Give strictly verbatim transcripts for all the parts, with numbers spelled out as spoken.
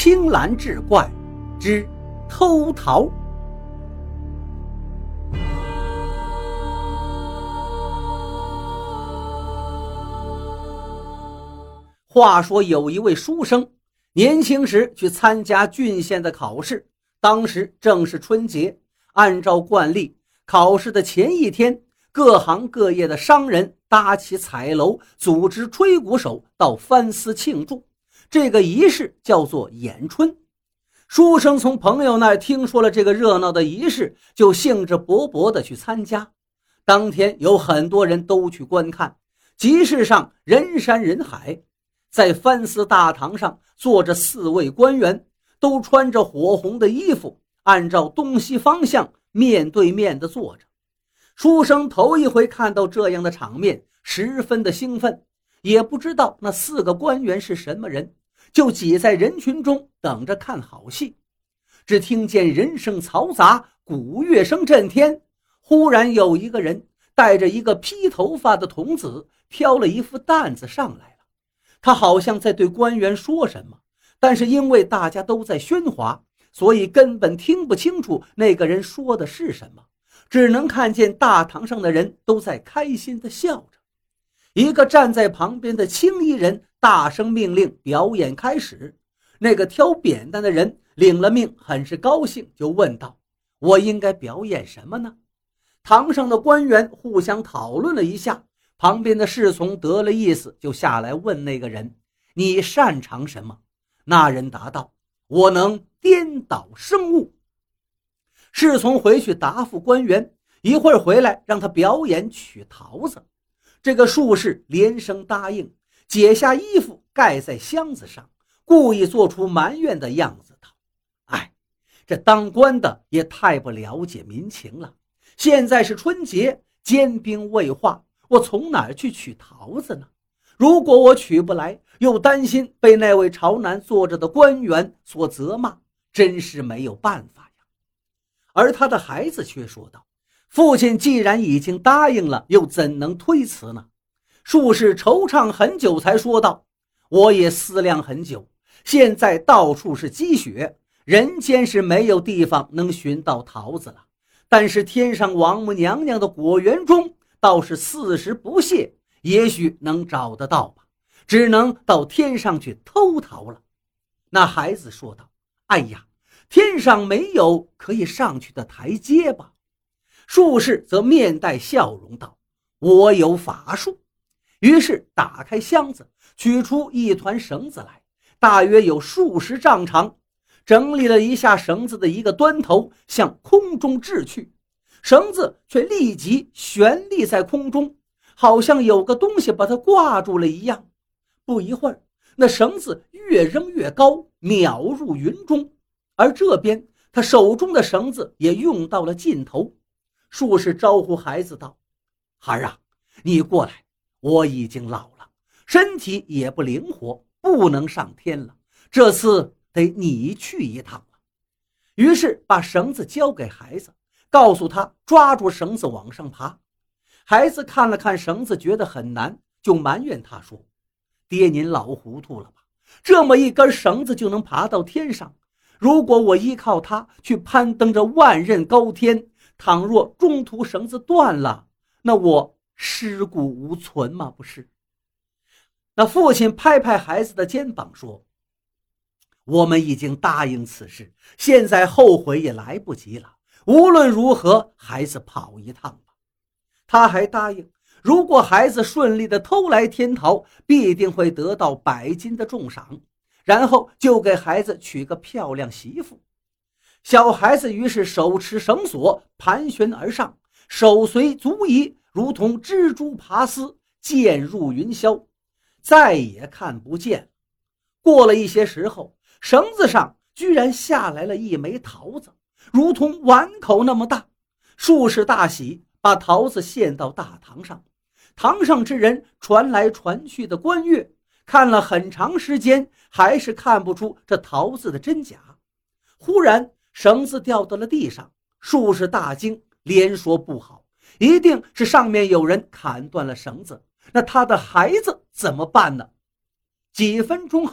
青蓝志怪之偷桃。话说有一位书生，年轻时去参加郡县的考试，当时正是春节，按照惯例，考试的前一天，各行各业的商人搭起彩楼，组织吹鼓手到藩司庆祝。这个仪式叫做演春。书生从朋友那儿听说了这个热闹的仪式，就兴致勃勃地去参加。当天有很多人都去观看，集市上人山人海。在藩司大堂上坐着四位官员，都穿着火红的衣服，按照东西方向面对面地坐着。书生头一回看到这样的场面，十分的兴奋，也不知道那四个官员是什么人，就挤在人群中等着看好戏。只听见人声嘈杂，鼓乐声震天，忽然有一个人带着一个披头发的童子挑了一副担子上来了。他好像在对官员说什么，但是因为大家都在喧哗，所以根本听不清楚那个人说的是什么，只能看见大堂上的人都在开心地笑着。一个站在旁边的青衣人大声命令表演开始。那个挑扁担的人领了命，很是高兴，就问道：我应该表演什么呢？堂上的官员互相讨论了一下，旁边的侍从得了意思，就下来问那个人：你擅长什么？那人答道：我能颠倒生物。侍从回去答复官员，一会儿回来让他表演取桃子。这个术士连声答应，解下衣服盖在箱子上，故意做出埋怨的样子道：哎，这当官的也太不了解民情了，现在是春节，坚冰未化，我从哪儿去取桃子呢？如果我取不来，又担心被那位朝南坐着的官员所责骂，真是没有办法呀。而他的孩子却说道：父亲既然已经答应了，又怎能推辞呢？术士惆怅很久才说道：我也思量很久，现在到处是积雪，人间是没有地方能寻到桃子了，但是天上王母娘娘的果园中倒是四时不谢，也许能找得到吧，只能到天上去偷桃了。那孩子说道：哎呀，天上没有可以上去的台阶吧？术士则面带笑容道：我有法术。于是打开箱子，取出一团绳子来，大约有数十丈长，整理了一下绳子的一个端头，向空中掷去，绳子却立即悬立在空中，好像有个东西把它挂住了一样。不一会儿，那绳子越扔越高，秒入云中，而这边他手中的绳子也用到了尽头。术士招呼孩子道：孩儿啊，你过来，我已经老了，身体也不灵活，不能上天了，这次得你去一趟了。于是把绳子交给孩子，告诉他抓住绳子往上爬。孩子看了看绳子，觉得很难，就埋怨他说：爹，您老糊涂了吧，这么一根绳子就能爬到天上，如果我依靠它去攀登着万仞高天，倘若中途绳子断了，那我尸骨无存吗？不是。那父亲拍拍孩子的肩膀说：我们已经答应此事，现在后悔也来不及了，无论如何孩子跑一趟吧。他还答应，如果孩子顺利的偷来天桃，必定会得到百金的重赏，然后就给孩子娶个漂亮媳妇。小孩子于是手持绳索盘旋而上，手随足移，如同蜘蛛爬丝，渐入云霄，再也看不见。过了一些时候，绳子上居然下来了一枚桃子，如同碗口那么大。术士大喜，把桃子献到大堂上。堂上之人传来传去的观乐，看了很长时间，还是看不出这桃子的真假。忽然绳子掉到了地上，术士大惊，连说不好，一定是上面有人砍断了绳子，那他的孩子怎么办呢？几分钟后，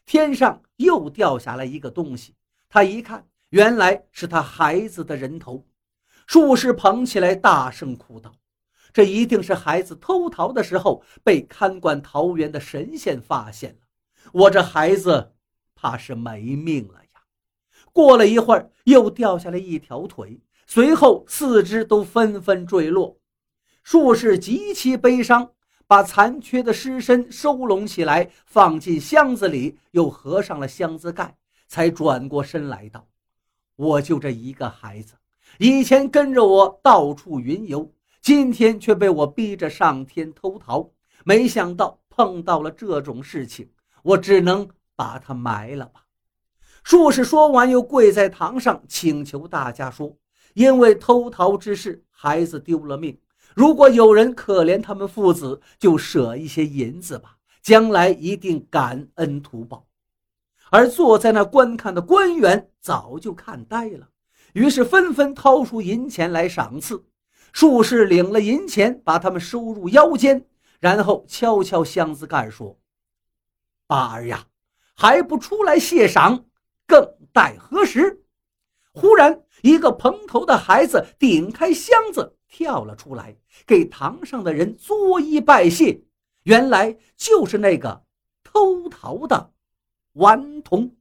天上又掉下来一个东西，他一看，原来是他孩子的人头。术士捧起来，大声哭道：“这一定是孩子偷桃的时候被看管桃园的神仙发现了，我这孩子怕是没命了呀！”过了一会儿，又掉下来一条腿，随后四肢都纷纷坠落。术士极其悲伤，把残缺的尸身收拢起来，放进箱子里，又合上了箱子盖，才转过身来道：“我就这一个孩子，以前跟着我到处云游，今天却被我逼着上天偷桃，没想到碰到了这种事情，我只能把他埋了吧。”术士说完，又跪在堂上请求大家说：“因为偷桃之事，孩子丢了命，如果有人可怜他们父子，就舍一些银子吧，将来一定感恩图报。”而坐在那观看的官员早就看呆了，于是纷纷掏出银钱来赏赐。术士领了银钱，把他们收入腰间，然后敲敲箱子盖说：“八儿呀，还不出来谢赏，更待何时？”忽然一个蓬头的孩子顶开箱子跳了出来，给堂上的人作揖拜谢，原来就是那个偷桃的顽童。